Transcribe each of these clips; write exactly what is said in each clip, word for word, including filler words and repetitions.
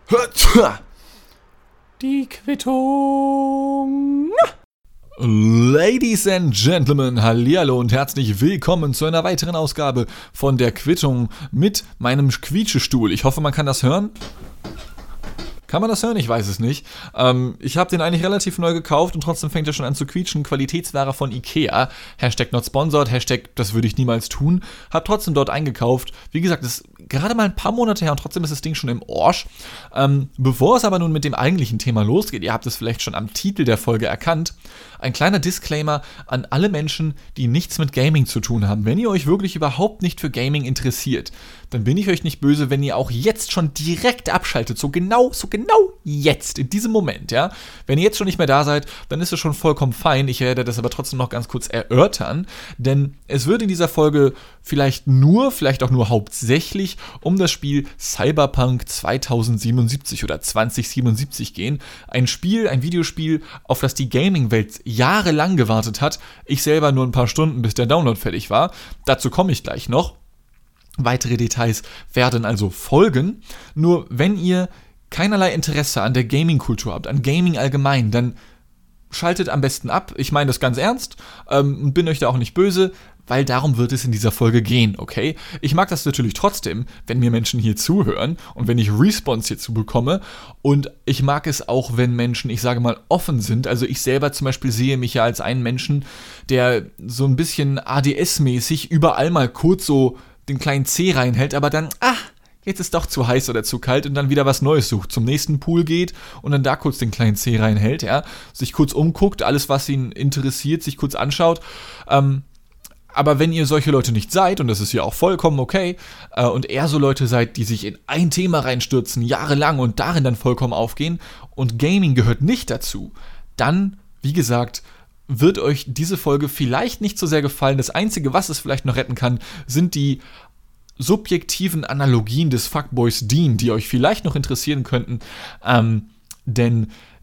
Die Quittung. Ladies and Gentlemen, hallihallo und herzlich willkommen zu einer weiteren Ausgabe von der Quittung mit meinem Quietschestuhl. Ich hoffe, man kann das hören. Kann man das hören? Ich weiß es nicht. Ähm, ich habe den eigentlich relativ neu gekauft und trotzdem fängt er schon an zu quietschen. Qualitätsware von Ikea. Hashtag not sponsored. Hashtag das würde ich niemals tun. Hab trotzdem dort eingekauft. Wie gesagt, das ist gerade mal ein paar Monate her und trotzdem ist das Ding schon im Orsch. Ähm, bevor es aber nun mit dem eigentlichen Thema losgeht, ihr habt es vielleicht schon am Titel der Folge erkannt, ein kleiner Disclaimer an alle Menschen, die nichts mit Gaming zu tun haben. Wenn ihr euch wirklich überhaupt nicht für Gaming interessiert, dann bin ich euch nicht böse, wenn ihr auch jetzt schon direkt abschaltet. So genau, so genau jetzt, in diesem Moment, ja. Wenn ihr jetzt schon nicht mehr da seid, dann ist es schon vollkommen fein. Ich werde das aber trotzdem noch ganz kurz erörtern, denn es wird in dieser Folge vielleicht nur, vielleicht auch nur hauptsächlich um das Spiel Cyberpunk zweitausendsiebenundsiebzig oder zweitausendsiebenundsiebzig gehen. Ein Spiel, ein Videospiel, auf das die Gaming-Welt jahrelang gewartet hat. Ich selber nur ein paar Stunden, bis der Download fertig war. Dazu komme ich gleich noch. Weitere Details werden also folgen. Nur wenn ihr keinerlei Interesse an der Gaming-Kultur habt, an Gaming allgemein, dann schaltet am besten ab. Ich meine das ganz ernst ähm, und bin euch da auch nicht böse, weil darum wird es in dieser Folge gehen, okay? Ich mag das natürlich trotzdem, wenn mir Menschen hier zuhören und wenn ich Response hierzu bekomme, und ich mag es auch, wenn Menschen, ich sage mal, offen sind. Also ich selber zum Beispiel sehe mich ja als einen Menschen, der so ein bisschen A D S-mäßig überall mal kurz so den kleinen Zeh reinhält, aber dann, ah, jetzt ist doch zu heiß oder zu kalt und dann wieder was Neues sucht, zum nächsten Pool geht und dann da kurz den kleinen Zeh reinhält, ja, sich kurz umguckt, alles, was ihn interessiert, sich kurz anschaut. Ähm, aber wenn ihr solche Leute nicht seid, und das ist ja auch vollkommen okay, äh, und eher so Leute seid, die sich in ein Thema reinstürzen, jahrelang und darin dann vollkommen aufgehen und Gaming gehört nicht dazu, dann, wie gesagt, wird euch diese Folge vielleicht nicht so sehr gefallen. Das Einzige, was es vielleicht noch retten kann, sind die subjektiven Analogien des Fuckboys Dean, die euch vielleicht noch interessieren könnten. Ähm, denn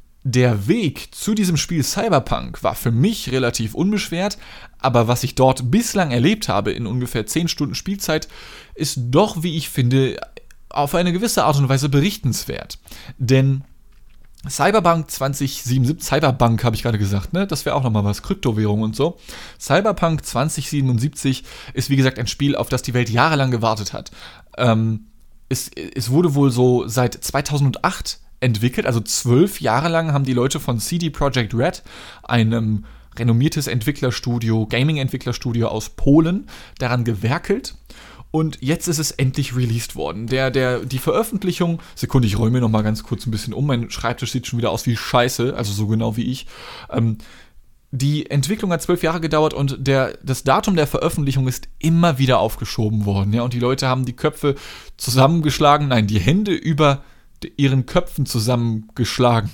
der Weg zu diesem Spiel Cyberpunk war für mich relativ unbeschwert, aber was ich dort bislang erlebt habe in ungefähr zehn Stunden Spielzeit, ist doch, wie ich finde, auf eine gewisse Art und Weise berichtenswert. Denn Cyberpunk zweitausendsiebenundsiebzig, Cyberpunk habe ich gerade gesagt, ne? Das wäre auch nochmal was, Kryptowährung und so. Cyberpunk zweitausendsiebenundsiebzig ist, wie gesagt, ein Spiel, auf das die Welt jahrelang gewartet hat. Ähm, es, es wurde wohl so seit zweitausendacht entwickelt, also zwölf Jahre lang haben die Leute von C D Projekt Red, einem renommiertes Entwicklerstudio, Gaming-Entwicklerstudio aus Polen, daran gewerkelt. Und jetzt ist es endlich released worden. Der, der, die Veröffentlichung, Sekunde, ich räume mir noch mal ganz kurz ein bisschen um, mein Schreibtisch sieht schon wieder aus wie Scheiße, also so genau wie ich. Ähm, die Entwicklung hat zwölf Jahre gedauert und der, das Datum der Veröffentlichung ist immer wieder aufgeschoben worden. Ja? Und die Leute haben die Köpfe zusammengeschlagen, nein, die Hände über ihren Köpfen zusammengeschlagen.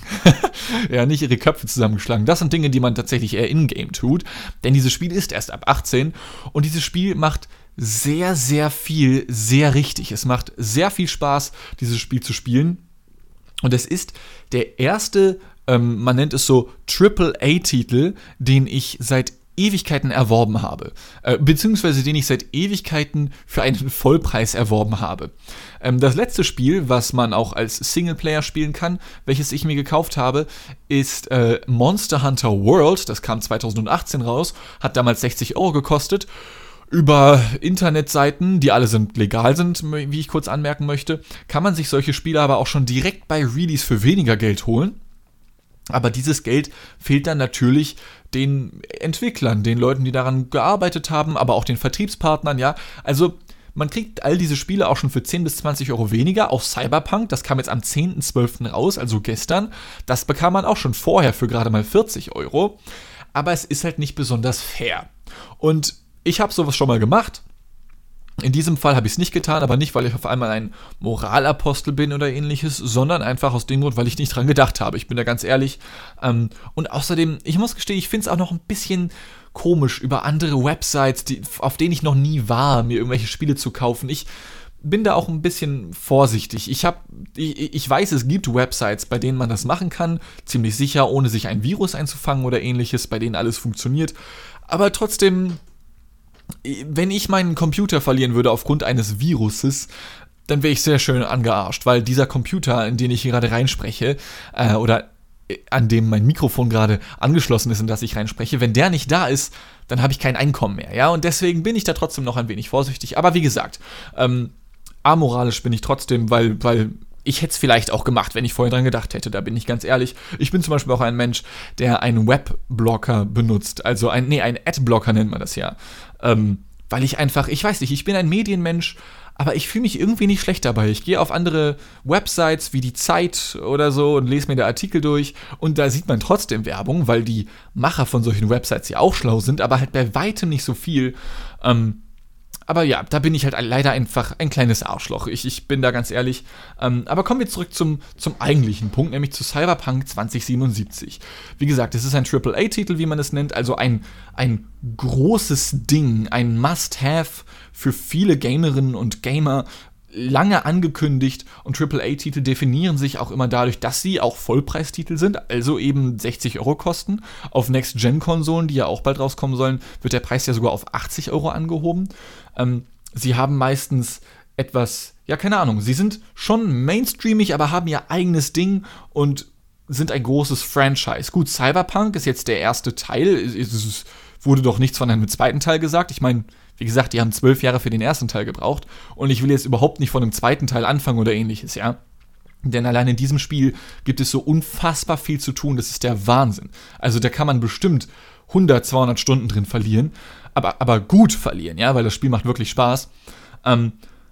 Ja, nicht ihre Köpfe zusammengeschlagen. Das sind Dinge, die man tatsächlich eher in-game tut, denn dieses Spiel ist erst ab achtzehn und dieses Spiel macht sehr, sehr viel, sehr richtig. Es macht sehr viel Spaß, dieses Spiel zu spielen. Und es ist der erste, ähm, man nennt es so Triple A Titel, den ich seit Ewigkeiten erworben habe. Äh, beziehungsweise den ich seit Ewigkeiten für einen Vollpreis erworben habe. Ähm, das letzte Spiel, was man auch als Singleplayer spielen kann, welches ich mir gekauft habe, ist äh, Monster Hunter World. Das kam zweitausendachtzehn raus, hat damals sechzig Euro gekostet. Über Internetseiten, die alle sind legal sind, wie ich kurz anmerken möchte, kann man sich solche Spiele aber auch schon direkt bei Release für weniger Geld holen. Aber dieses Geld fehlt dann natürlich den Entwicklern, den Leuten, die daran gearbeitet haben, aber auch den Vertriebspartnern, ja. Also man kriegt all diese Spiele auch schon für zehn bis zwanzig Euro weniger. Auch Cyberpunk, das kam jetzt am zehnten zwölften raus, also gestern. Das bekam man auch schon vorher für gerade mal vierzig Euro. Aber es ist halt nicht besonders fair. Und ich habe sowas schon mal gemacht. In diesem Fall habe ich es nicht getan, aber nicht, weil ich auf einmal ein Moralapostel bin oder ähnliches, sondern einfach aus dem Grund, weil ich nicht dran gedacht habe. Ich bin da ganz ehrlich. Ähm, und außerdem, ich muss gestehen, ich finde es auch noch ein bisschen komisch, über andere Websites, die, auf denen ich noch nie war, mir irgendwelche Spiele zu kaufen. Ich bin da auch ein bisschen vorsichtig. Ich, hab, ich, ich weiß, es gibt Websites, bei denen man das machen kann, ziemlich sicher, ohne sich ein Virus einzufangen oder ähnliches, bei denen alles funktioniert. Aber trotzdem, wenn ich meinen Computer verlieren würde aufgrund eines Viruses, dann wäre ich sehr schön angearscht, weil dieser Computer, in den ich hier gerade reinspreche, äh, oder an dem mein Mikrofon gerade angeschlossen ist, in das ich reinspreche, wenn der nicht da ist, dann habe ich kein Einkommen mehr, ja, und deswegen bin ich da trotzdem noch ein wenig vorsichtig, aber wie gesagt, ähm, amoralisch bin ich trotzdem, weil, weil ich hätte es vielleicht auch gemacht, wenn ich vorher dran gedacht hätte, da bin ich ganz ehrlich. Ich bin zum Beispiel auch ein Mensch, der einen Webblocker benutzt, also ein, nee, ein Adblocker nennt man das ja, ähm, weil ich einfach, ich weiß nicht, ich bin ein Medienmensch, aber ich fühle mich irgendwie nicht schlecht dabei. Ich gehe auf andere Websites wie die Zeit oder so und lese mir da Artikel durch und da sieht man trotzdem Werbung, weil die Macher von solchen Websites ja auch schlau sind, aber halt bei weitem nicht so viel. Ähm, aber ja, da bin ich halt leider einfach ein kleines Arschloch. Ich, ich bin da ganz ehrlich. Ähm, aber kommen wir zurück zum, zum eigentlichen Punkt, nämlich zu Cyberpunk zwanzig siebenundsiebzig. Wie gesagt, es ist ein Triple A Titel, wie man es nennt, also ein, ein großes Ding, ein Must-Have für viele Gamerinnen und Gamer, lange angekündigt, und Triple A Titel definieren sich auch immer dadurch, dass sie auch Vollpreistitel sind, also eben sechzig Euro kosten. Auf Next-Gen-Konsolen, die ja auch bald rauskommen sollen, wird der Preis ja sogar auf achtzig Euro angehoben. Ähm, sie haben meistens etwas, ja, keine Ahnung, sie sind schon mainstreamig, aber haben ihr eigenes Ding und sind ein großes Franchise. Gut, Cyberpunk ist jetzt der erste Teil, es, es wurde doch nichts von einem zweiten Teil gesagt. Ich meine, wie gesagt, die haben zwölf Jahre für den ersten Teil gebraucht und ich will jetzt überhaupt nicht von einem zweiten Teil anfangen oder ähnliches, ja. Denn allein in diesem Spiel gibt es so unfassbar viel zu tun, das ist der Wahnsinn. Also da kann man bestimmt hundert, zweihundert Stunden drin verlieren, aber, aber gut verlieren, ja, weil das Spiel macht wirklich Spaß. Ähm,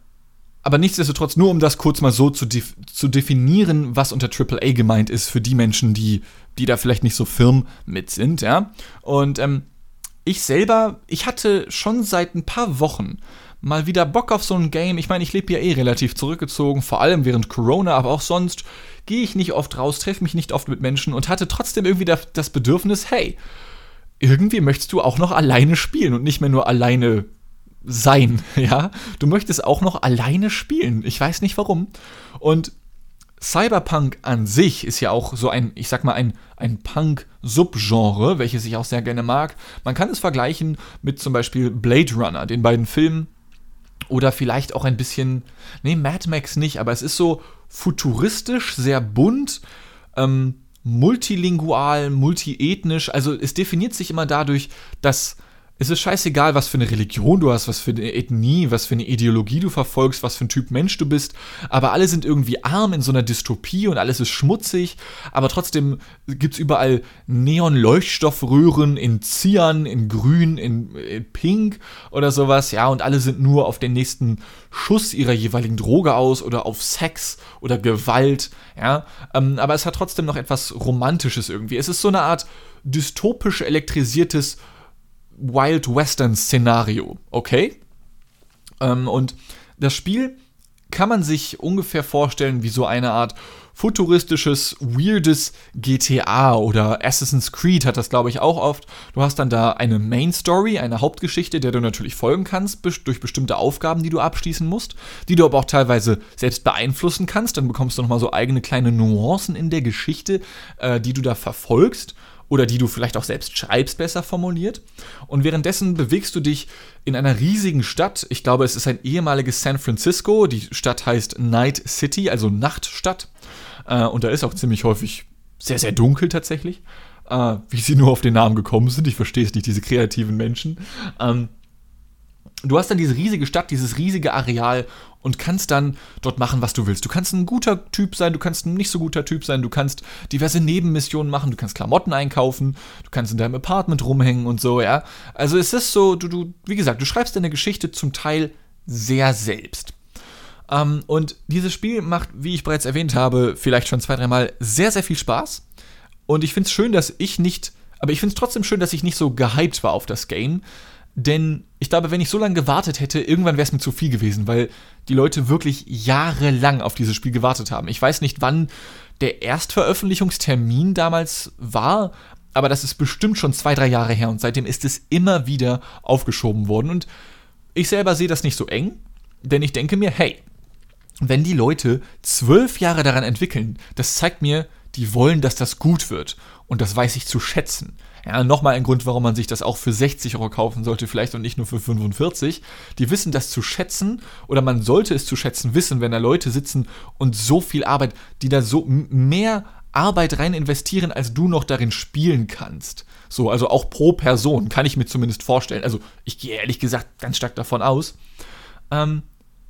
aber nichtsdestotrotz, nur um das kurz mal so zu, def- zu definieren, was unter Triple A gemeint ist für die Menschen, die, die da vielleicht nicht so firm mit sind, ja. Und ähm, ich selber, ich hatte schon seit ein paar Wochen mal wieder Bock auf so ein Game. Ich meine, ich lebe ja eh relativ zurückgezogen, vor allem während Corona, aber auch sonst gehe ich nicht oft raus, treffe mich nicht oft mit Menschen und hatte trotzdem irgendwie das Bedürfnis, hey, irgendwie möchtest du auch noch alleine spielen und nicht mehr nur alleine sein, ja? Du möchtest auch noch alleine spielen. Ich weiß nicht warum. Und Cyberpunk an sich ist ja auch so ein, ich sag mal, ein, ein Punk-Subgenre, welches ich auch sehr gerne mag. Man kann es vergleichen mit zum Beispiel Blade Runner, den beiden Filmen. Oder vielleicht auch ein bisschen, nee, Mad Max nicht, aber es ist so futuristisch, sehr bunt, ähm, multilingual, multiethnisch. Also es definiert sich immer dadurch, dass es ist scheißegal, was für eine Religion du hast, was für eine Ethnie, was für eine Ideologie du verfolgst, was für ein Typ Mensch du bist, aber alle sind irgendwie arm in so einer Dystopie und alles ist schmutzig, aber trotzdem gibt's überall Neon-Leuchtstoffröhren in Cyan, in Grün, in, in Pink oder sowas, ja, und alle sind nur auf den nächsten Schuss ihrer jeweiligen Droge aus oder auf Sex oder Gewalt, ja, ähm, aber es hat trotzdem noch etwas Romantisches irgendwie. Es ist so eine Art dystopisch elektrisiertes Wild Western-Szenario, okay? Ähm, und das Spiel kann man sich ungefähr vorstellen wie so eine Art futuristisches, weirdes G T A oder Assassin's Creed hat das, glaube ich, auch oft. Du hast dann da eine Main-Story, eine Hauptgeschichte, der du natürlich folgen kannst, durch bestimmte Aufgaben, die du abschließen musst, die du aber auch teilweise selbst beeinflussen kannst. Dann bekommst du nochmal so eigene kleine Nuancen in der Geschichte, äh, die du da verfolgst. Oder die du vielleicht auch selbst schreibst, besser formuliert. Und währenddessen bewegst du dich in einer riesigen Stadt. Ich glaube, es ist ein ehemaliges San Francisco. Die Stadt heißt Night City, also Nachtstadt. Äh, und da ist auch ziemlich häufig sehr, sehr dunkel tatsächlich. Äh, wie sie nur auf den Namen gekommen sind. Ich verstehe es nicht, diese kreativen Menschen. Ähm, du hast dann diese riesige Stadt, dieses riesige Areal und kannst dann dort machen, was du willst. Du kannst ein guter Typ sein, du kannst ein nicht so guter Typ sein, du kannst diverse Nebenmissionen machen, du kannst Klamotten einkaufen, du kannst in deinem Apartment rumhängen und so, ja. Also es ist so, du, du, wie gesagt, du schreibst deine Geschichte zum Teil sehr selbst. Ähm, und dieses Spiel macht, wie ich bereits erwähnt habe, vielleicht schon zwei, dreimal sehr, sehr viel Spaß. Und ich finde es schön, dass ich nicht, aber ich finde es trotzdem schön, dass ich nicht so gehypt war auf das Game. Denn ich glaube, wenn ich so lange gewartet hätte, irgendwann wäre es mir zu viel gewesen, weil die Leute wirklich jahrelang auf dieses Spiel gewartet haben. Ich weiß nicht, wann der Erstveröffentlichungstermin damals war, aber das ist bestimmt schon zwei, drei Jahre her und seitdem ist es immer wieder aufgeschoben worden. Und ich selber sehe das nicht so eng, denn ich denke mir, hey, wenn die Leute zwölf Jahre daran entwickeln, das zeigt mir, die wollen, dass das gut wird. Und das weiß ich zu schätzen. Ja, nochmal ein Grund, warum man sich das auch für sechzig Euro kaufen sollte, vielleicht und nicht nur für fünfundvierzig. Die wissen das zu schätzen, oder man sollte es zu schätzen wissen, wenn da Leute sitzen und so viel Arbeit, die da so mehr Arbeit rein investieren, als du noch darin spielen kannst. So, also auch pro Person, kann ich mir zumindest vorstellen. Also ich gehe ehrlich gesagt ganz stark davon aus. Ähm,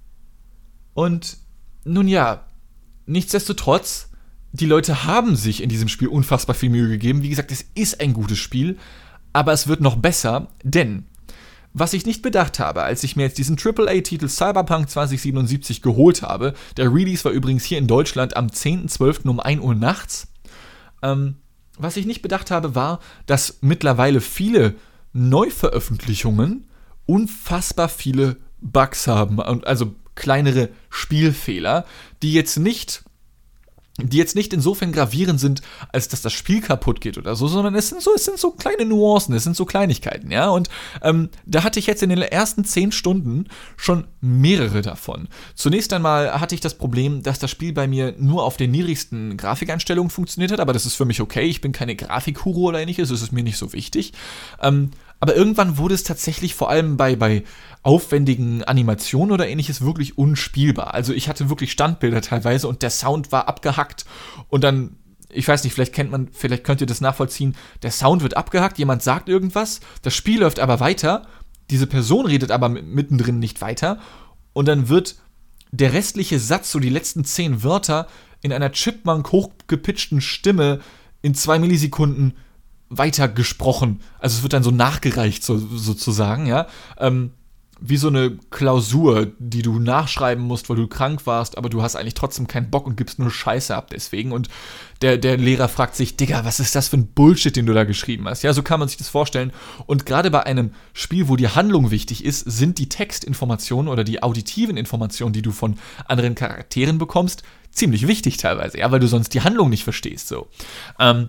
und nun ja, nichtsdestotrotz, die Leute haben sich in diesem Spiel unfassbar viel Mühe gegeben. Wie gesagt, es ist ein gutes Spiel, aber es wird noch besser, denn was ich nicht bedacht habe, als ich mir jetzt diesen Triple A-Titel Cyberpunk zwanzig siebenundsiebzig geholt habe, der Release war übrigens hier in Deutschland am zehnten zwölften um ein Uhr nachts, ähm, was ich nicht bedacht habe, war, dass mittlerweile viele Neuveröffentlichungen unfassbar viele Bugs haben, also kleinere Spielfehler, die jetzt nicht die jetzt nicht insofern gravierend sind, als dass das Spiel kaputt geht oder so, sondern es sind so, es sind so kleine Nuancen, es sind so Kleinigkeiten, ja, und ähm, da hatte ich jetzt in den ersten zehn Stunden schon mehrere davon. Zunächst einmal hatte ich das Problem, dass das Spiel bei mir nur auf den niedrigsten Grafikeinstellungen funktioniert hat, aber das ist für mich okay, ich bin keine Grafikhure oder ähnliches, das ist mir nicht so wichtig, ähm, aber irgendwann wurde es tatsächlich vor allem bei, bei aufwendigen Animationen oder ähnliches wirklich unspielbar. Also ich hatte wirklich Standbilder teilweise und der Sound war abgehackt und dann, ich weiß nicht, vielleicht kennt man, vielleicht könnt ihr das nachvollziehen, der Sound wird abgehackt, jemand sagt irgendwas, das Spiel läuft aber weiter, diese Person redet aber mittendrin nicht weiter und dann wird der restliche Satz, so die letzten zehn Wörter, in einer Chipmunk hochgepitchten Stimme in zwei Millisekunden weitergesprochen. Also es wird dann so nachgereicht, so, sozusagen, ja. Ähm, wie so eine Klausur, die du nachschreiben musst, weil du krank warst, aber du hast eigentlich trotzdem keinen Bock und gibst nur Scheiße ab deswegen. Und der, der Lehrer fragt sich, Digga, was ist das für ein Bullshit, den du da geschrieben hast? Ja, so kann man sich das vorstellen. Und gerade bei einem Spiel, wo die Handlung wichtig ist, sind die Textinformationen oder die auditiven Informationen, die du von anderen Charakteren bekommst, ziemlich wichtig teilweise, ja, weil du sonst die Handlung nicht verstehst, so. Ähm,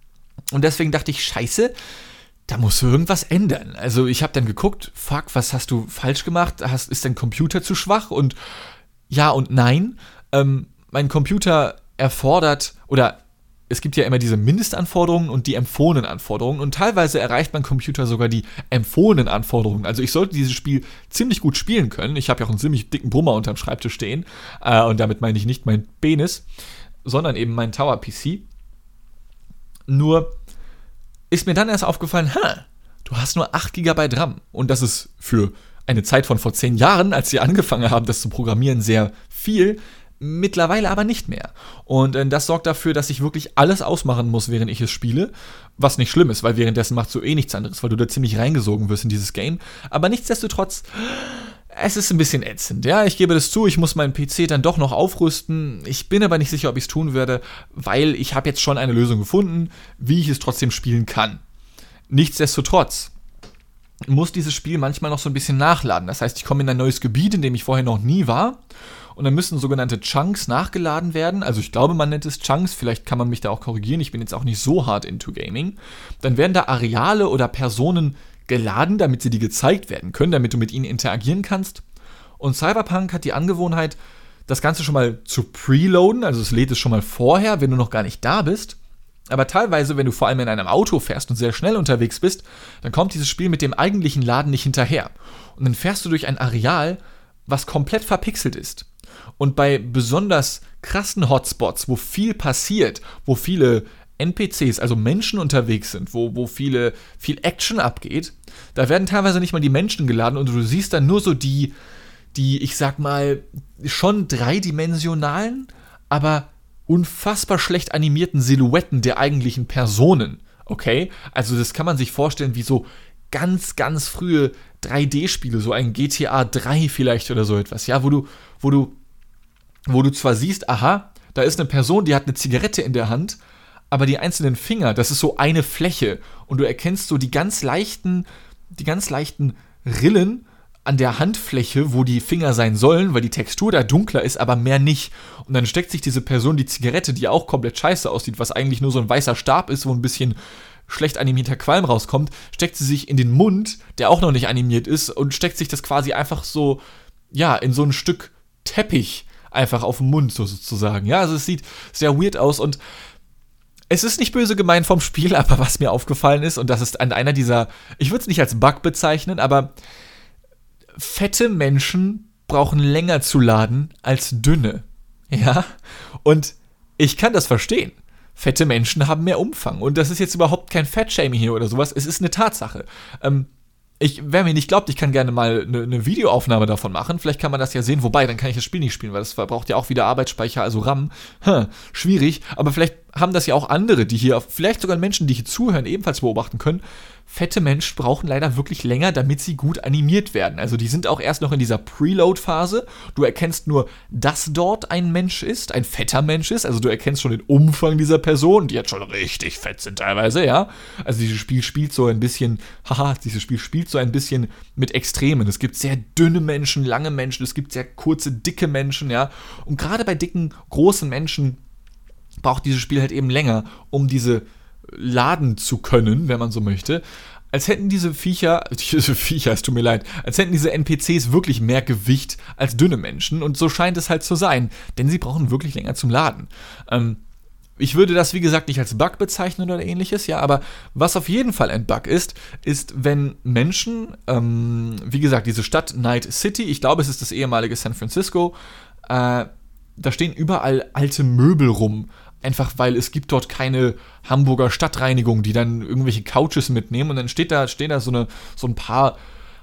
Und deswegen dachte ich, scheiße, da musst du irgendwas ändern. Also ich habe dann geguckt, fuck, was hast du falsch gemacht? Hast, ist dein Computer zu schwach? Und ja und nein. Ähm, mein Computer erfordert, oder es gibt ja immer diese Mindestanforderungen und die empfohlenen Anforderungen. Und teilweise erreicht mein Computer sogar die empfohlenen Anforderungen. Also ich sollte dieses Spiel ziemlich gut spielen können. Ich habe ja auch einen ziemlich dicken Brummer unterm Schreibtisch stehen. Äh, und damit meine ich nicht mein Penis, sondern eben mein Tower-P C. Nur ist mir dann erst aufgefallen, ha, du hast nur acht Gigabyte RAM. Und das ist für eine Zeit von vor zehn Jahren, als sie angefangen haben, das zu programmieren, sehr viel. Mittlerweile aber nicht mehr. Und äh, das sorgt dafür, dass ich wirklich alles ausmachen muss, während ich es spiele. Was nicht schlimm ist, weil währenddessen machst du eh nichts anderes, weil du da ziemlich reingesogen wirst in dieses Game. Aber nichtsdestotrotz, es ist ein bisschen ätzend, ja, ich gebe das zu, ich muss meinen P C dann doch noch aufrüsten, ich bin aber nicht sicher, ob ich es tun werde, weil ich habe jetzt schon eine Lösung gefunden, wie ich es trotzdem spielen kann. Nichtsdestotrotz muss dieses Spiel manchmal noch so ein bisschen nachladen, das heißt, ich komme in ein neues Gebiet, in dem ich vorher noch nie war, und dann müssen sogenannte Chunks nachgeladen werden, also ich glaube, man nennt es Chunks, vielleicht kann man mich da auch korrigieren, ich bin jetzt auch nicht so hard into Gaming, dann werden da Areale oder Personen geladen, damit sie dir gezeigt werden können, damit du mit ihnen interagieren kannst. Und Cyberpunk hat die Angewohnheit, das Ganze schon mal zu preloaden, also es lädt es schon mal vorher, wenn du noch gar nicht da bist. Aber teilweise, wenn du vor allem in einem Auto fährst und sehr schnell unterwegs bist, dann kommt dieses Spiel mit dem eigentlichen Laden nicht hinterher. Und dann fährst du durch ein Areal, was komplett verpixelt ist. Und bei besonders krassen Hotspots, wo viel passiert, wo viele N P Cs, also Menschen unterwegs sind, wo, wo viele, viel Action abgeht, da werden teilweise nicht mal die Menschen geladen und du siehst dann nur so die, die, ich sag mal, schon dreidimensionalen, aber unfassbar schlecht animierten Silhouetten der eigentlichen Personen, okay? Also das kann man sich vorstellen wie so ganz, ganz frühe drei D-Spiele, so ein G T A drei vielleicht oder so etwas, ja, wo du, wo du, wo du zwar siehst, aha, da ist eine Person, die hat eine Zigarette in der Hand, aber die einzelnen Finger, das ist so eine Fläche und du erkennst so die ganz leichten, die ganz leichten Rillen an der Handfläche, wo die Finger sein sollen, weil die Textur da dunkler ist, aber mehr nicht. Und dann steckt sich diese Person die Zigarette, die auch komplett scheiße aussieht, was eigentlich nur so ein weißer Stab ist, wo ein bisschen schlecht animierter Qualm rauskommt, steckt sie sich in den Mund, der auch noch nicht animiert ist, und steckt sich das quasi einfach so, ja, in so ein Stück Teppich einfach auf den Mund so sozusagen. Ja, also es sieht sehr weird aus und Es ist nicht böse gemeint vom Spiel, aber was mir aufgefallen ist, und das ist an einer dieser, ich würde es nicht als Bug bezeichnen, aber fette Menschen brauchen länger zu laden als dünne. Ja? Und ich kann das verstehen. Fette Menschen haben mehr Umfang. Und das ist jetzt überhaupt kein Fat-Shaming hier oder sowas. Es ist eine Tatsache. Ähm, Ich, wer mir nicht glaubt, ich kann gerne mal eine, eine Videoaufnahme davon machen. Vielleicht kann man das ja sehen. Wobei, dann kann ich das Spiel nicht spielen, weil das verbraucht ja auch wieder Arbeitsspeicher, also RAM. Hm, schwierig. Aber vielleicht haben das ja auch andere, die hier, vielleicht sogar Menschen, die hier zuhören, ebenfalls beobachten können. Fette Menschen brauchen leider wirklich länger, damit sie gut animiert werden. Also die sind auch erst noch in dieser Preload-Phase. Du erkennst nur, dass dort ein Mensch ist, ein fetter Mensch ist. Also du erkennst schon den Umfang dieser Person, die jetzt schon richtig fett sind teilweise, ja. Also dieses Spiel spielt so ein bisschen, haha, dieses Spiel spielt so ein bisschen mit Extremen. Es gibt sehr dünne Menschen, lange Menschen, es gibt sehr kurze, dicke Menschen, ja. Und gerade bei dicken, großen Menschen braucht dieses Spiel halt eben länger, um diese laden zu können, wenn man so möchte, als hätten diese Viecher, diese Viecher, es tut mir leid, als hätten diese N P Cs wirklich mehr Gewicht als dünne Menschen und so scheint es halt zu sein, denn sie brauchen wirklich länger zum Laden. Ähm, ich würde das, wie gesagt, nicht als Bug bezeichnen oder ähnliches, ja, aber was auf jeden Fall ein Bug ist, ist, wenn Menschen, ähm, wie gesagt, diese Stadt Night City, ich glaube, es ist das ehemalige San Francisco, äh, da stehen überall alte Möbel rum, einfach weil es gibt dort keine Hamburger Stadtreinigung, die dann irgendwelche Couches mitnehmen und dann steht da, stehen da so, eine, so ein paar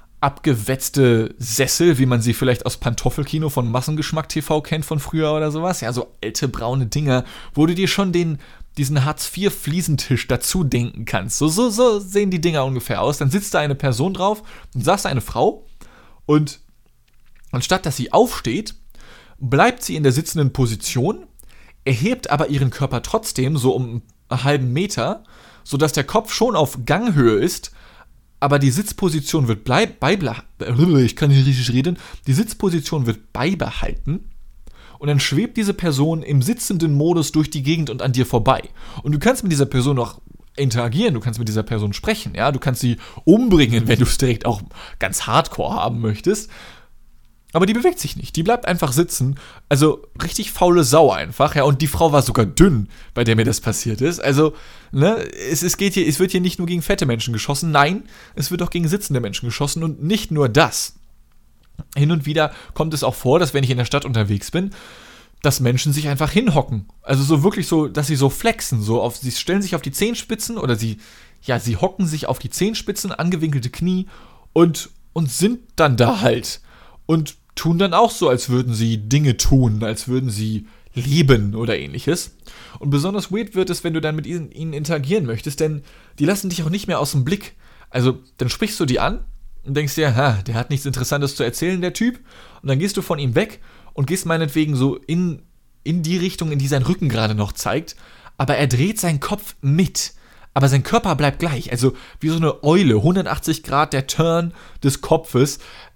abgewetzte Sessel, wie man sie vielleicht aus Pantoffelkino von Massengeschmack T V kennt von früher oder sowas. Ja, so alte braune Dinger, wo du dir schon den, diesen Hartz vier Fliesentisch dazu denken kannst. So, so, so sehen die Dinger ungefähr aus. Dann sitzt da eine Person drauf und saß da eine Frau und anstatt dass sie aufsteht, bleibt sie in der sitzenden Position, erhebt aber ihren Körper trotzdem so um einen halben Meter, sodass der Kopf schon auf Ganghöhe ist, aber die Sitzposition wird bleib, beibehalten. Ich kann nicht richtig reden. Die Sitzposition wird beibehalten und dann schwebt diese Person im sitzenden Modus durch die Gegend und an dir vorbei. Und du kannst mit dieser Person noch interagieren, du kannst mit dieser Person sprechen, ja, du kannst sie umbringen, wenn du es direkt auch ganz hardcore haben möchtest. Aber die bewegt sich nicht, die bleibt einfach sitzen, also richtig faule Sau einfach, ja, und die Frau war sogar dünn, bei der mir das passiert ist, also, ne, es, es geht hier, es wird hier nicht nur gegen fette Menschen geschossen, nein, es wird auch gegen sitzende Menschen geschossen und nicht nur das. Hin und wieder kommt es auch vor, dass wenn ich in der Stadt unterwegs bin, dass Menschen sich einfach hinhocken, also so wirklich so, dass sie so flexen, so auf, sie stellen sich auf die Zehenspitzen oder sie, ja, sie hocken sich auf die Zehenspitzen, angewinkelte Knie und, und sind dann da halt und tun dann auch so, als würden sie Dinge tun, als würden sie leben oder ähnliches. Und besonders weird wird es, wenn du dann mit ihnen, ihnen interagieren möchtest, denn die lassen dich auch nicht mehr aus dem Blick. Also, dann sprichst du die an und denkst dir, ha, der hat nichts Interessantes zu erzählen, der Typ. Und dann gehst du von ihm weg und gehst meinetwegen so in, in die Richtung, in die sein Rücken gerade noch zeigt. Aber er dreht seinen Kopf mit. Aber sein Körper bleibt gleich. Also, wie so eine Eule, hundertachtzig Grad der Turn des Kopfes.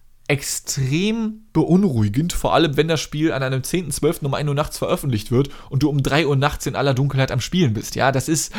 Extrem beunruhigend, vor allem wenn das Spiel an einem zehnten zwölften um ein Uhr nachts veröffentlicht wird und du um drei Uhr nachts in aller Dunkelheit am Spielen bist. Ja, das ist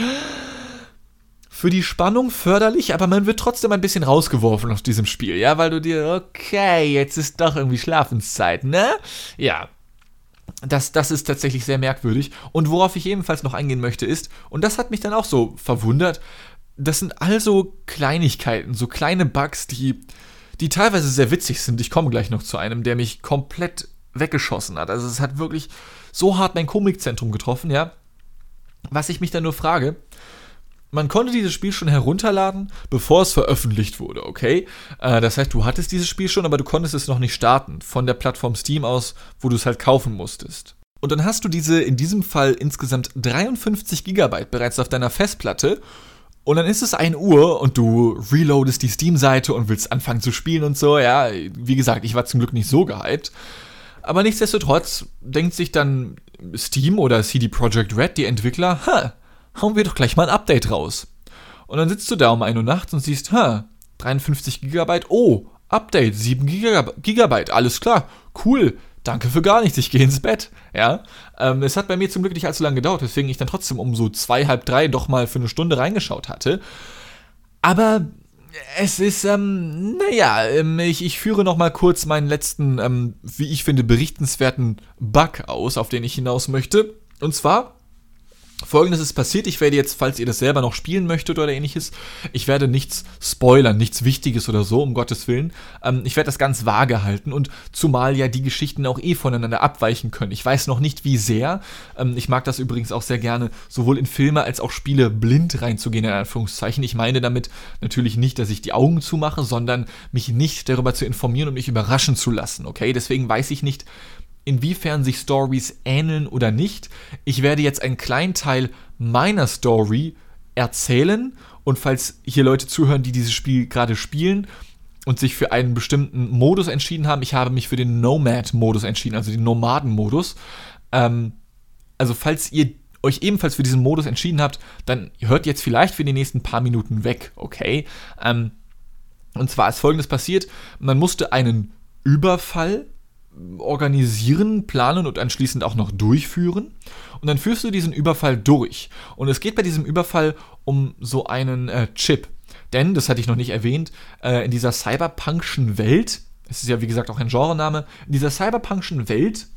für die Spannung förderlich, aber man wird trotzdem ein bisschen rausgeworfen aus diesem Spiel, ja, weil du dir, okay, jetzt ist doch irgendwie Schlafenszeit, ne? Ja, das, das ist tatsächlich sehr merkwürdig. Und worauf ich ebenfalls noch eingehen möchte ist, und das hat mich dann auch so verwundert, das sind also Kleinigkeiten, so kleine Bugs, die die teilweise sehr witzig sind. Ich komme gleich noch zu einem, der mich komplett weggeschossen hat. Also es hat wirklich so hart mein Komikzentrum getroffen, ja. Was ich mich dann nur frage, man konnte dieses Spiel schon herunterladen, bevor es veröffentlicht wurde, okay? Äh, das heißt, du hattest dieses Spiel schon, aber du konntest es noch nicht starten, von der Plattform Steam aus, wo du es halt kaufen musstest. Und dann hast du diese, in diesem Fall insgesamt dreiundfünfzig Gigabyte bereits auf deiner Festplatte. Und dann ist es ein Uhr und du reloadest die Steam-Seite und willst anfangen zu spielen und so, ja. Wie gesagt, ich war zum Glück nicht so gehypt. Aber nichtsdestotrotz denkt sich dann Steam oder C D Projekt Red, die Entwickler, ha, hauen wir doch gleich mal ein Update raus. Und dann sitzt du da um ein Uhr nachts und siehst, ha, dreiundfünfzig Gigabyte, oh, Update, sieben Gigabyte, alles klar, cool. Danke für gar nichts, ich gehe ins Bett, ja. Ähm, es hat bei mir zum Glück nicht allzu lange gedauert, weswegen ich dann trotzdem um so zwei, halb drei doch mal für eine Stunde reingeschaut hatte. Aber es ist, ähm, naja, ähm, ich, ich führe noch mal kurz meinen letzten, ähm, wie ich finde, berichtenswerten Bug aus, auf den ich hinaus möchte. Und zwar Folgendes ist passiert, ich werde jetzt, falls ihr das selber noch spielen möchtet oder ähnliches, ich werde nichts spoilern, nichts Wichtiges oder so, um Gottes Willen. Ähm, ich werde das ganz vage halten und zumal ja die Geschichten auch eh voneinander abweichen können. Ich weiß noch nicht, wie sehr. Ähm, ich mag das übrigens auch sehr gerne, sowohl in Filme als auch Spiele blind reinzugehen, in Anführungszeichen. Ich meine damit natürlich nicht, dass ich die Augen zumache, sondern mich nicht darüber zu informieren und mich überraschen zu lassen, okay? Deswegen weiß ich nicht, inwiefern sich Stories ähneln oder nicht. Ich werde jetzt einen kleinen Teil meiner Story erzählen und falls hier Leute zuhören, die dieses Spiel gerade spielen und sich für einen bestimmten Modus entschieden haben, ich habe mich für den Nomad-Modus entschieden, also den Nomaden-Modus. Ähm, also falls ihr euch ebenfalls für diesen Modus entschieden habt, dann hört jetzt vielleicht für die nächsten paar Minuten weg, okay? Ähm, und zwar ist Folgendes passiert, man musste einen Überfall organisieren, planen und anschließend auch noch durchführen. Und dann führst du diesen Überfall durch. Und es geht bei diesem Überfall um so einen äh, Chip. Denn, das hatte ich noch nicht erwähnt, äh, in dieser cyberpunkschen Welt, es ist ja wie gesagt auch ein Genrename, in dieser cyberpunkschen Welt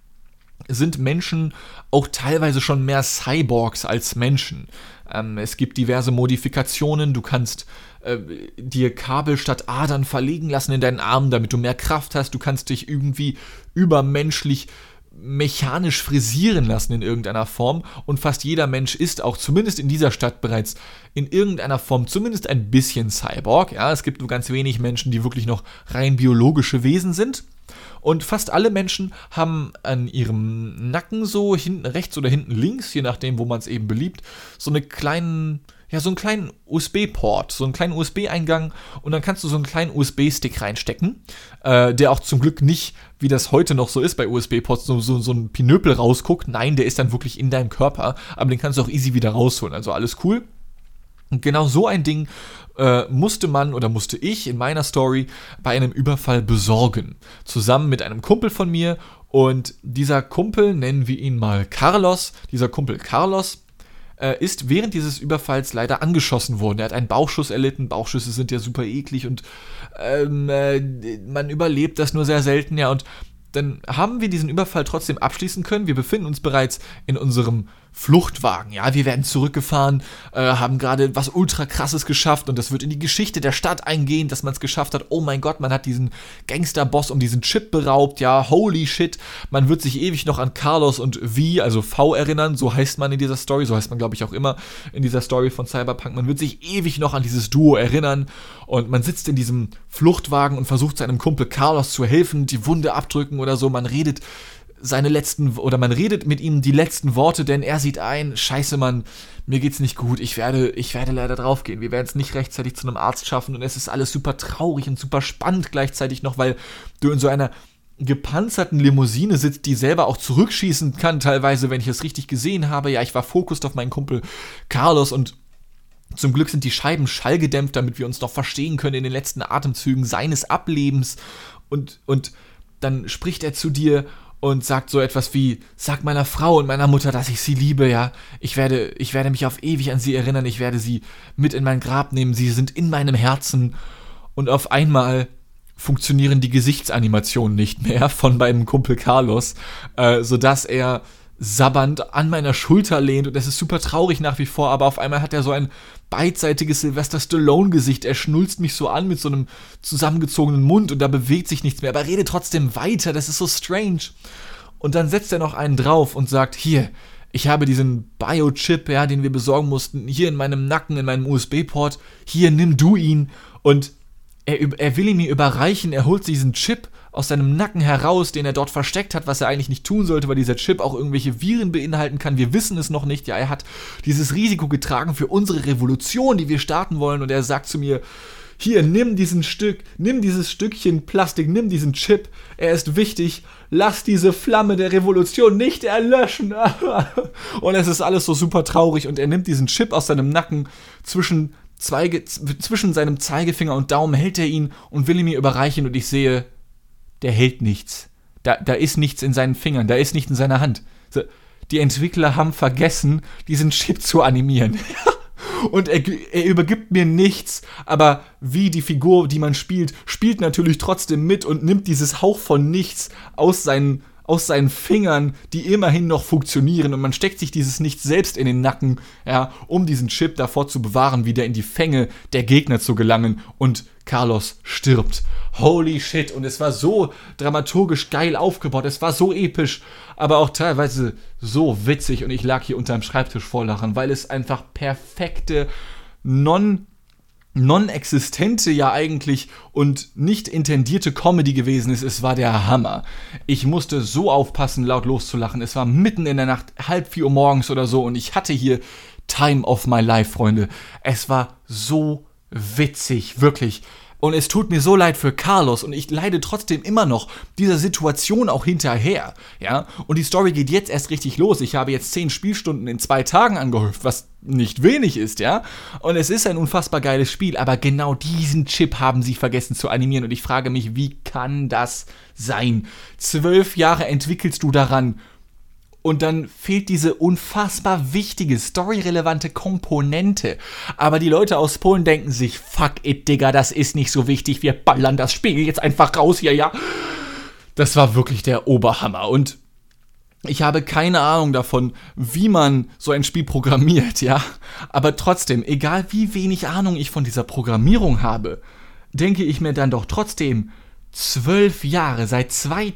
sind Menschen auch teilweise schon mehr Cyborgs als Menschen. Ähm, es gibt diverse Modifikationen, du kannst äh, dir Kabel statt Adern verlegen lassen in deinen Armen, damit du mehr Kraft hast, du kannst dich irgendwie übermenschlich mechanisch frisieren lassen in irgendeiner Form und fast jeder Mensch ist auch, zumindest in dieser Stadt bereits, in irgendeiner Form zumindest ein bisschen Cyborg. Ja, es gibt nur ganz wenig Menschen, die wirklich noch rein biologische Wesen sind. Und fast alle Menschen haben an ihrem Nacken so hinten rechts oder hinten links, je nachdem, wo man es eben beliebt, so eine kleinen, ja, so einen kleinen U S B-Port, so einen kleinen U S B-Eingang und dann kannst du so einen kleinen U S B-Stick reinstecken, äh, der auch zum Glück nicht, wie das heute noch so ist bei U S B-Ports, so, so, so ein Pinöpel rausguckt. Nein, der ist dann wirklich in deinem Körper, aber den kannst du auch easy wieder rausholen, also alles cool. Und genau so ein Ding äh, musste man oder musste ich in meiner Story bei einem Überfall besorgen. Zusammen mit einem Kumpel von mir und dieser Kumpel, nennen wir ihn mal Carlos, dieser Kumpel Carlos äh, ist während dieses Überfalls leider angeschossen worden. Er hat einen Bauchschuss erlitten, Bauchschüsse sind ja super eklig und ähm, äh, man überlebt das nur sehr selten, ja, und dann haben wir diesen Überfall trotzdem abschließen können. Wir befinden uns bereits in unserem Fluchtwagen. Ja, wir werden zurückgefahren, äh, haben gerade was ultra krasses geschafft und das wird in die Geschichte der Stadt eingehen, dass man es geschafft hat. Oh mein Gott, man hat diesen Gangsterboss um diesen Chip beraubt. Ja, holy shit. Man wird sich ewig noch an Carlos und V, also V erinnern. So heißt man in dieser Story. So heißt man, glaube ich, auch immer in dieser Story von Cyberpunk. Man wird sich ewig noch an dieses Duo erinnern und man sitzt in diesem Fluchtwagen und versucht seinem Kumpel Carlos zu helfen, die Wunde abdrücken oder so. Man redet seine letzten, oder man redet mit ihm die letzten Worte, denn er sieht ein, scheiße Mann, mir geht's nicht gut, ich werde, ich werde leider draufgehen, wir werden es nicht rechtzeitig zu einem Arzt schaffen und es ist alles super traurig und super spannend gleichzeitig noch, weil du in so einer gepanzerten Limousine sitzt, die selber auch zurückschießen kann, teilweise, wenn ich es richtig gesehen habe. Ja, ich war fokussiert auf meinen Kumpel Carlos und zum Glück sind die Scheiben schallgedämpft, damit wir uns noch verstehen können in den letzten Atemzügen seines Ablebens und, und dann spricht er zu dir und sagt so etwas wie, sag meiner Frau und meiner Mutter, dass ich sie liebe, ja. Ich werde, ich werde mich auf ewig an sie erinnern, ich werde sie mit in mein Grab nehmen, sie sind in meinem Herzen. Und auf einmal funktionieren die Gesichtsanimationen nicht mehr von meinem Kumpel Carlos, äh, sodass er sabbernd an meiner Schulter lehnt und es ist super traurig nach wie vor, aber auf einmal hat er so ein beidseitiges Sylvester Stallone-Gesicht, er schnulzt mich so an mit so einem zusammengezogenen Mund und da bewegt sich nichts mehr, aber er redet trotzdem weiter, das ist so strange. Und dann setzt er noch einen drauf und sagt, hier, ich habe diesen Biochip, ja, den wir besorgen mussten, hier in meinem Nacken, in meinem U S B-Port, hier, nimm du ihn. Und er, er will ihn mir überreichen, er holt diesen Chip aus seinem Nacken heraus, den er dort versteckt hat, was er eigentlich nicht tun sollte, weil dieser Chip auch irgendwelche Viren beinhalten kann. Wir wissen es noch nicht. Ja, er hat dieses Risiko getragen für unsere Revolution, die wir starten wollen. Und er sagt zu mir, hier, nimm diesen Stück, nimm dieses Stückchen Plastik, nimm diesen Chip. Er ist wichtig. Lass diese Flamme der Revolution nicht erlöschen. Und es ist alles so super traurig. Und er nimmt diesen Chip aus seinem Nacken zwischen, Zweige, zwischen seinem Zeigefinger und Daumen, hält er ihn und will ihn mir überreichen. Und ich sehe, der hält nichts. Da, da ist nichts in seinen Fingern, da ist nichts in seiner Hand. So, die Entwickler haben vergessen, diesen Chip zu animieren. Und er, er übergibt mir nichts, aber wie die Figur, die man spielt, spielt natürlich trotzdem mit und nimmt dieses Hauch von nichts aus seinen, aus seinen Fingern, die immerhin noch funktionieren, und man steckt sich dieses nicht selbst in den Nacken, ja, um diesen Chip davor zu bewahren, wieder in die Fänge der Gegner zu gelangen, und Carlos stirbt. Holy shit, und es war so dramaturgisch geil aufgebaut, es war so episch, aber auch teilweise so witzig, und ich lag hier unterm Schreibtisch vor Lachen, weil es einfach perfekte, non- non-existente ja eigentlich und nicht intendierte Comedy gewesen ist. Es war der Hammer. Ich musste so aufpassen, laut loszulachen. Es war mitten in der Nacht, halb vier Uhr morgens oder so, und ich hatte hier Time of my life, Freunde. Es war so witzig, wirklich. Und es tut mir so leid für Carlos, und ich leide trotzdem immer noch dieser Situation auch hinterher, ja. Und die Story geht jetzt erst richtig los. Ich habe jetzt zehn Spielstunden in zwei Tagen angehäuft, was nicht wenig ist, ja. Und es ist ein unfassbar geiles Spiel, aber genau diesen Chip haben sie vergessen zu animieren, und ich frage mich, wie kann das sein? Zwölf Jahre entwickelst du daran, und dann fehlt diese unfassbar wichtige, storyrelevante Komponente. Aber die Leute aus Polen denken sich, fuck it, Digga, das ist nicht so wichtig, wir ballern das Spiel jetzt einfach raus hier, ja. Das war wirklich der Oberhammer, und ich habe keine Ahnung davon, wie man so ein Spiel programmiert, ja. Aber trotzdem, egal wie wenig Ahnung ich von dieser Programmierung habe, denke ich mir dann doch trotzdem, Zwölf Jahre, seit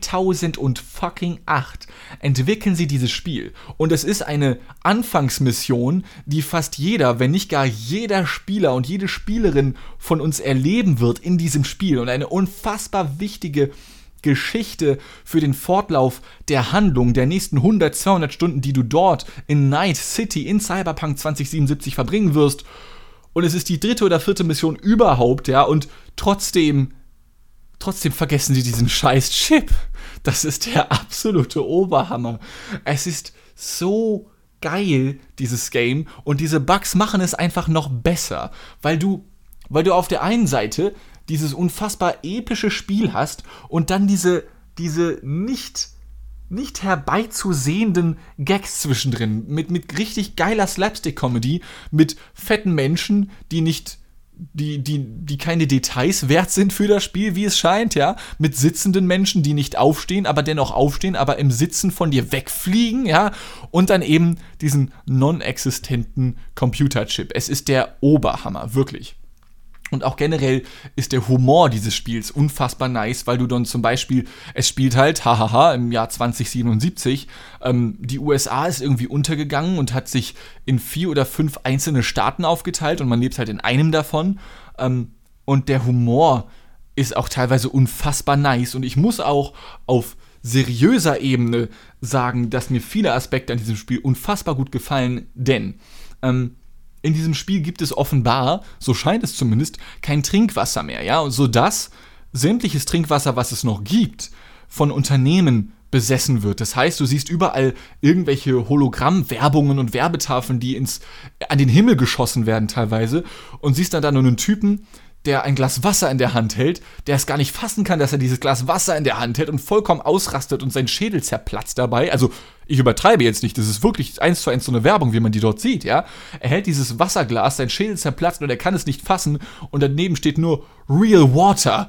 zweitausendacht entwickeln sie dieses Spiel. Und es ist eine Anfangsmission, die fast jeder, wenn nicht gar jeder Spieler und jede Spielerin von uns erleben wird in diesem Spiel. Und eine unfassbar wichtige Geschichte für den Fortlauf der Handlung der nächsten hundert, zweihundert Stunden, die du dort in Night City in Cyberpunk zwanzig siebenundsiebzig verbringen wirst. Und es ist die dritte oder vierte Mission überhaupt, ja, und trotzdem Trotzdem vergessen sie diesen scheiß Chip. Das ist der absolute Oberhammer. Es ist so geil, dieses Game. Und diese Bugs machen es einfach noch besser. Weil du, weil du auf der einen Seite dieses unfassbar epische Spiel hast und dann diese, diese nicht, nicht herbeizusehenden Gags zwischendrin. Mit, mit richtig geiler Slapstick-Comedy. Mit fetten Menschen, die nicht... Die, die, die keine Details wert sind für das Spiel, wie es scheint, ja, mit sitzenden Menschen, die nicht aufstehen, aber dennoch aufstehen, aber im Sitzen von dir wegfliegen, ja, und dann eben diesen non-existenten Computerchip. Es ist der Oberhammer, wirklich. Und auch generell ist der Humor dieses Spiels unfassbar nice, weil du dann zum Beispiel, es spielt halt, hahaha, im Jahr zwanzig siebenundsiebzig, ähm, die U S A ist irgendwie untergegangen und hat sich in vier oder fünf einzelne Staaten aufgeteilt, und man lebt halt in einem davon. Ähm, und der Humor ist auch teilweise unfassbar nice, und ich muss auch auf seriöser Ebene sagen, dass mir viele Aspekte an diesem Spiel unfassbar gut gefallen, denn ähm, in diesem Spiel gibt es offenbar, so scheint es zumindest, kein Trinkwasser mehr, ja, sodass sämtliches Trinkwasser, was es noch gibt, von Unternehmen besessen wird. Das heißt, du siehst überall irgendwelche Hologrammwerbungen und Werbetafeln, die ins, an den Himmel geschossen werden teilweise, und siehst dann da nur einen Typen, der ein Glas Wasser in der Hand hält, der es gar nicht fassen kann, dass er dieses Glas Wasser in der Hand hält und vollkommen ausrastet und sein Schädel zerplatzt dabei. Also, ich übertreibe jetzt nicht, das ist wirklich eins zu eins so eine Werbung, wie man die dort sieht, ja. Er hält dieses Wasserglas, sein Schädel zerplatzt und er kann es nicht fassen, und daneben steht nur Real Water.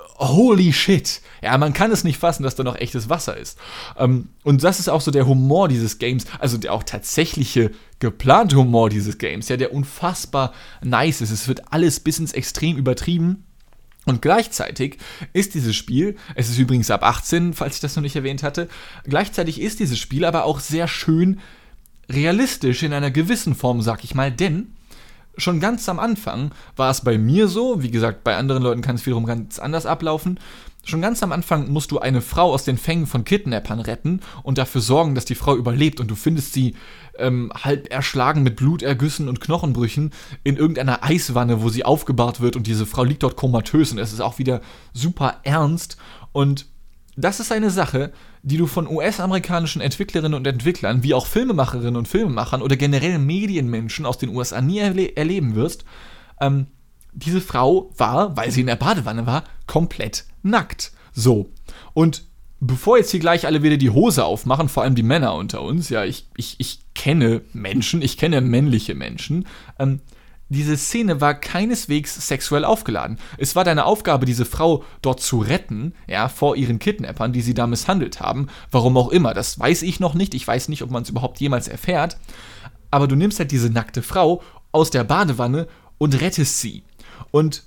Holy shit. Ja, man kann es nicht fassen, dass da noch echtes Wasser ist. Ähm, und das ist auch so der Humor dieses Games, also der auch tatsächliche geplante Humor dieses Games, ja, der unfassbar nice ist. Es wird alles bis ins Extrem übertrieben. Und gleichzeitig ist dieses Spiel, es ist übrigens ab achtzehn, falls ich das noch nicht erwähnt hatte, gleichzeitig ist dieses Spiel aber auch sehr schön realistisch in einer gewissen Form, sag ich mal, denn schon ganz am Anfang war es bei mir so, wie gesagt, bei anderen Leuten kann es wiederum ganz anders ablaufen. Schon ganz am Anfang musst du eine Frau aus den Fängen von Kidnappern retten und dafür sorgen, dass die Frau überlebt, und du findest sie ähm, halb erschlagen mit Blutergüssen und Knochenbrüchen in irgendeiner Eiswanne, wo sie aufgebahrt wird, und diese Frau liegt dort komatös, und es ist auch wieder super ernst. Und das ist eine Sache, die du von U S-amerikanischen Entwicklerinnen und Entwicklern, wie auch Filmemacherinnen und Filmemachern oder generell Medienmenschen aus den U S A nie erle- erleben wirst. Ähm, diese Frau war, weil sie in der Badewanne war, komplett nackt. So. Und bevor jetzt hier gleich alle wieder die Hose aufmachen, vor allem die Männer unter uns, ja, ich, ich, ich kenne Menschen, ich kenne männliche Menschen, ähm, diese Szene war keineswegs sexuell aufgeladen. Es war deine Aufgabe, diese Frau dort zu retten, ja, vor ihren Kidnappern, die sie da misshandelt haben. Warum auch immer, das weiß ich noch nicht. Ich weiß nicht, ob man es überhaupt jemals erfährt. Aber du nimmst halt diese nackte Frau aus der Badewanne und rettest sie. Und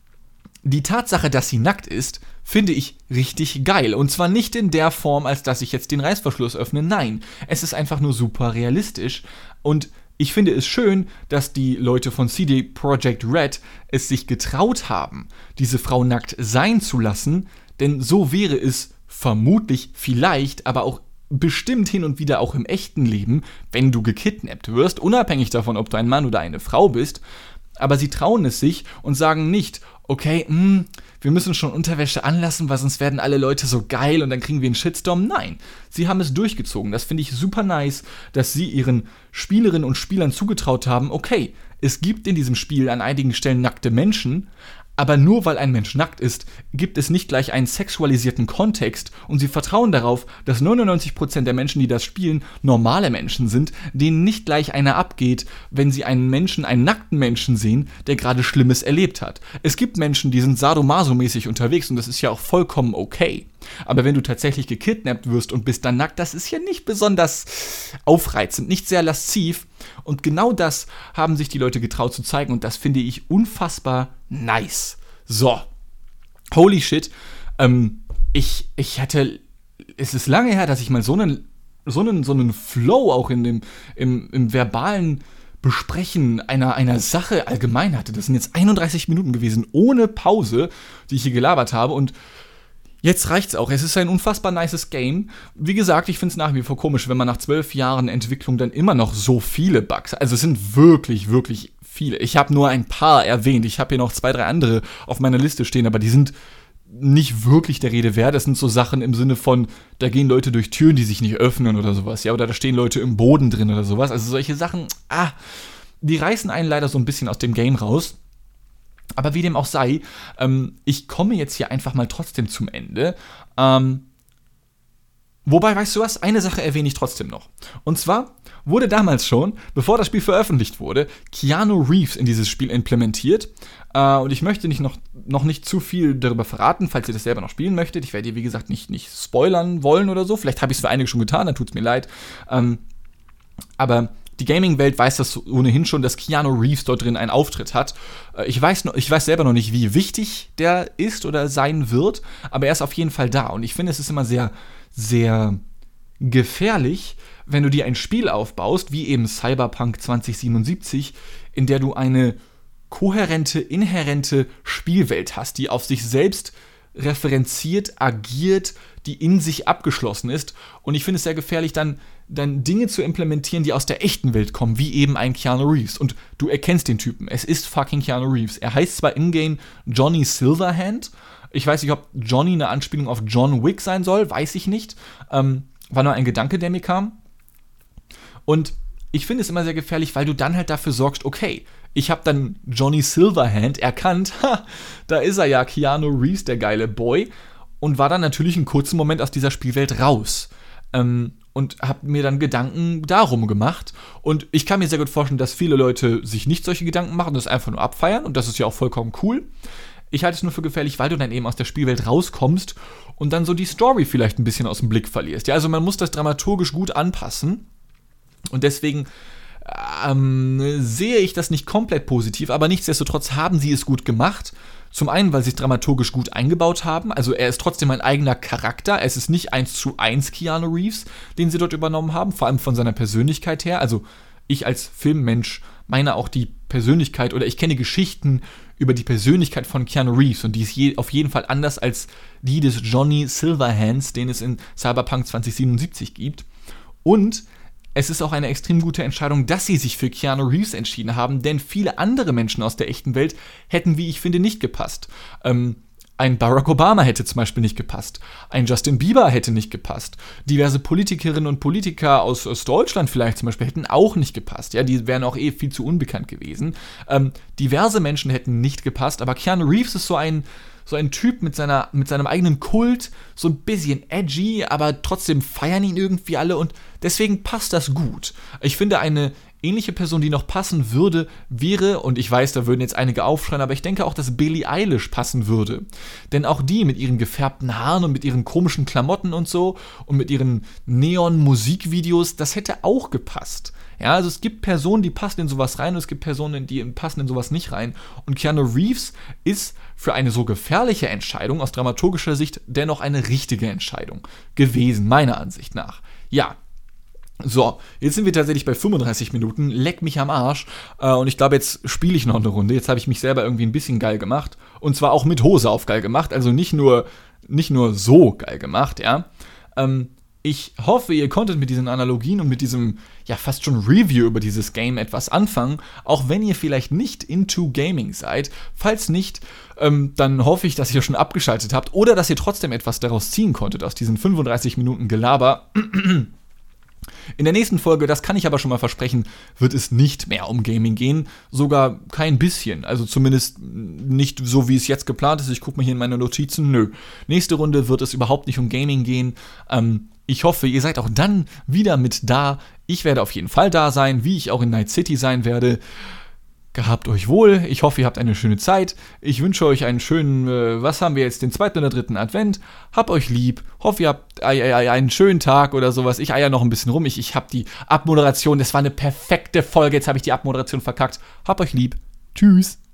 die Tatsache, dass sie nackt ist, finde ich richtig geil. Und zwar nicht in der Form, als dass ich jetzt den Reißverschluss öffne. Nein, es ist einfach nur super realistisch. Und ich finde es schön, dass die Leute von C D Projekt Red es sich getraut haben, diese Frau nackt sein zu lassen, denn so wäre es vermutlich, vielleicht, aber auch bestimmt hin und wieder auch im echten Leben, wenn du gekidnappt wirst, unabhängig davon, ob du ein Mann oder eine Frau bist. Aber sie trauen es sich und sagen nicht, okay, mh, wir müssen schon Unterwäsche anlassen, weil sonst werden alle Leute so geil und dann kriegen wir einen Shitstorm. Nein, sie haben es durchgezogen. Das finde ich super nice, dass sie ihren Spielerinnen und Spielern zugetraut haben, okay, es gibt in diesem Spiel an einigen Stellen nackte Menschen, aber nur weil ein Mensch nackt ist, gibt es nicht gleich einen sexualisierten Kontext und sie vertrauen darauf, dass neunundneunzig Prozent der Menschen, die das spielen, normale Menschen sind, denen nicht gleich einer abgeht, wenn sie einen Menschen, einen nackten Menschen sehen, der gerade Schlimmes erlebt hat. Es gibt Menschen, die sind sadomaso-mäßig unterwegs und das ist ja auch vollkommen okay. Aber wenn du tatsächlich gekidnappt wirst und bist dann nackt, das ist ja nicht besonders aufreizend, nicht sehr lasziv. Und genau das haben sich die Leute getraut zu zeigen und das finde ich unfassbar nice. So, holy shit. Ähm, ich, ich hatte, es ist lange her, dass ich mal so einen, so einen, so einen Flow auch in dem, im, im verbalen Besprechen einer, einer Sache allgemein hatte. Das sind jetzt einunddreißig Minuten gewesen, ohne Pause, die ich hier gelabert habe und jetzt reicht's auch. Es ist ein unfassbar nices Game. Wie gesagt, ich finde es nach wie vor komisch, wenn man nach zwölf Jahren Entwicklung dann immer noch so viele Bugs. Also es sind wirklich, wirklich viele. Ich habe nur ein paar erwähnt. Ich habe hier noch zwei, drei andere auf meiner Liste stehen, aber die sind nicht wirklich der Rede wert. Das sind so Sachen im Sinne von, da gehen Leute durch Türen, die sich nicht öffnen oder sowas. Ja, oder da stehen Leute im Boden drin oder sowas. Also solche Sachen, ah, die reißen einen leider so ein bisschen aus dem Game raus. Aber wie dem auch sei, ähm, ich komme jetzt hier einfach mal trotzdem zum Ende. Ähm, wobei, weißt du was, eine Sache erwähne ich trotzdem noch. Und zwar wurde damals schon, bevor das Spiel veröffentlicht wurde, Keanu Reeves in dieses Spiel implementiert. Äh, und ich möchte nicht noch, noch nicht zu viel darüber verraten, falls ihr das selber noch spielen möchtet. Ich werde dir, wie gesagt, nicht, nicht spoilern wollen oder so. Vielleicht habe ich es für einige schon getan, dann tut es mir leid. Ähm, aber die Gaming-Welt weiß das ohnehin schon, dass Keanu Reeves dort drin einen Auftritt hat. Ich weiß, noch, ich weiß selber noch nicht, wie wichtig der ist oder sein wird, aber er ist auf jeden Fall da. Und ich finde, es ist immer sehr, sehr gefährlich, wenn du dir ein Spiel aufbaust, wie eben Cyberpunk zwanzig siebenundsiebzig, in der du eine kohärente, inhärente Spielwelt hast, die auf sich selbst referenziert, agiert, die in sich abgeschlossen ist. Und ich finde es sehr gefährlich, dann, dann Dinge zu implementieren, die aus der echten Welt kommen, wie eben ein Keanu Reeves. Und du erkennst den Typen. Es ist fucking Keanu Reeves. Er heißt zwar in-game Johnny Silverhand. Ich weiß nicht, ob Johnny eine Anspielung auf John Wick sein soll. Weiß ich nicht. Ähm, war nur ein Gedanke, der mir kam. Und ich finde es immer sehr gefährlich, weil du dann halt dafür sorgst, okay, ich habe dann Johnny Silverhand erkannt, ha, da ist er ja, Keanu Reeves, der geile Boy, und war dann natürlich einen kurzen Moment aus dieser Spielwelt raus. Ähm, und habe mir dann Gedanken darum gemacht. Und ich kann mir sehr gut vorstellen, dass viele Leute sich nicht solche Gedanken machen, das einfach nur abfeiern, und das ist ja auch vollkommen cool. Ich halte es nur für gefährlich, weil du dann eben aus der Spielwelt rauskommst und dann so die Story vielleicht ein bisschen aus dem Blick verlierst. Ja, also man muss das dramaturgisch gut anpassen. Und deswegen ähm, sehe ich das nicht komplett positiv, aber nichtsdestotrotz haben sie es gut gemacht. Zum einen, weil sie es dramaturgisch gut eingebaut haben, also er ist trotzdem ein eigener Charakter, es ist nicht eins zu eins Keanu Reeves, den sie dort übernommen haben, vor allem von seiner Persönlichkeit her. Also ich als Filmmensch meine auch die Persönlichkeit, oder ich kenne Geschichten über die Persönlichkeit von Keanu Reeves, und die ist je, auf jeden Fall anders als die des Johnny Silverhands, den es in Cyberpunk zwanzig siebenundsiebzig gibt. Und es ist auch eine extrem gute Entscheidung, dass sie sich für Keanu Reeves entschieden haben, denn viele andere Menschen aus der echten Welt hätten, wie ich finde, nicht gepasst. Ähm, ein Barack Obama hätte zum Beispiel nicht gepasst. Ein Justin Bieber hätte nicht gepasst. Diverse Politikerinnen und Politiker aus, aus Deutschland vielleicht zum Beispiel hätten auch nicht gepasst. Ja, die wären auch eh viel zu unbekannt gewesen. Ähm, diverse Menschen hätten nicht gepasst, aber Keanu Reeves ist so ein So ein Typ mit, seiner, mit seinem eigenen Kult, so ein bisschen edgy, aber trotzdem feiern ihn irgendwie alle, und deswegen passt das gut. Ich finde, eine ähnliche Person, die noch passen würde, wäre, und ich weiß, da würden jetzt einige aufschreien, aber ich denke auch, dass Billie Eilish passen würde. Denn auch die mit ihren gefärbten Haaren und mit ihren komischen Klamotten und so und mit ihren Neon-Musikvideos, das hätte auch gepasst. Ja, also es gibt Personen, die passen in sowas rein und es gibt Personen, die passen in sowas nicht rein. Und Keanu Reeves ist für eine so gefährliche Entscheidung aus dramaturgischer Sicht dennoch eine richtige Entscheidung gewesen, meiner Ansicht nach. Ja. So, jetzt sind wir tatsächlich bei fünfunddreißig Minuten, leck mich am Arsch, äh, und ich glaube, jetzt spiele ich noch eine Runde, jetzt habe ich mich selber irgendwie ein bisschen geil gemacht, und zwar auch mit Hose auf geil gemacht, also nicht nur, nicht nur so geil gemacht, ja. Ähm, ich hoffe, ihr konntet mit diesen Analogien und mit diesem, ja, fast schon Review über dieses Game etwas anfangen, auch wenn ihr vielleicht nicht into Gaming seid. Falls nicht, ähm, dann hoffe ich, dass ihr schon abgeschaltet habt oder dass ihr trotzdem etwas daraus ziehen konntet, aus diesen fünfunddreißig Minuten Gelaber. In der nächsten Folge, das kann ich aber schon mal versprechen, wird es nicht mehr um Gaming gehen, sogar kein bisschen, also zumindest nicht so, wie es jetzt geplant ist. Ich gucke mal hier in meine Notizen, nö. Nächste Runde wird es überhaupt nicht um Gaming gehen. Ähm, ich hoffe, ihr seid auch dann wieder mit da. Ich werde auf jeden Fall da sein, wie ich auch in Night City sein werde. Gehabt euch wohl, ich hoffe, ihr habt eine schöne Zeit. Ich wünsche euch einen schönen, äh, was haben wir jetzt, den zweiten oder dritten Advent. Habt euch lieb, hoffe, ihr habt äh, äh, einen schönen Tag oder sowas. Ich eier noch ein bisschen rum, ich, ich habe die Abmoderation, das war eine perfekte Folge, jetzt habe ich die Abmoderation verkackt. Habt euch lieb, tschüss.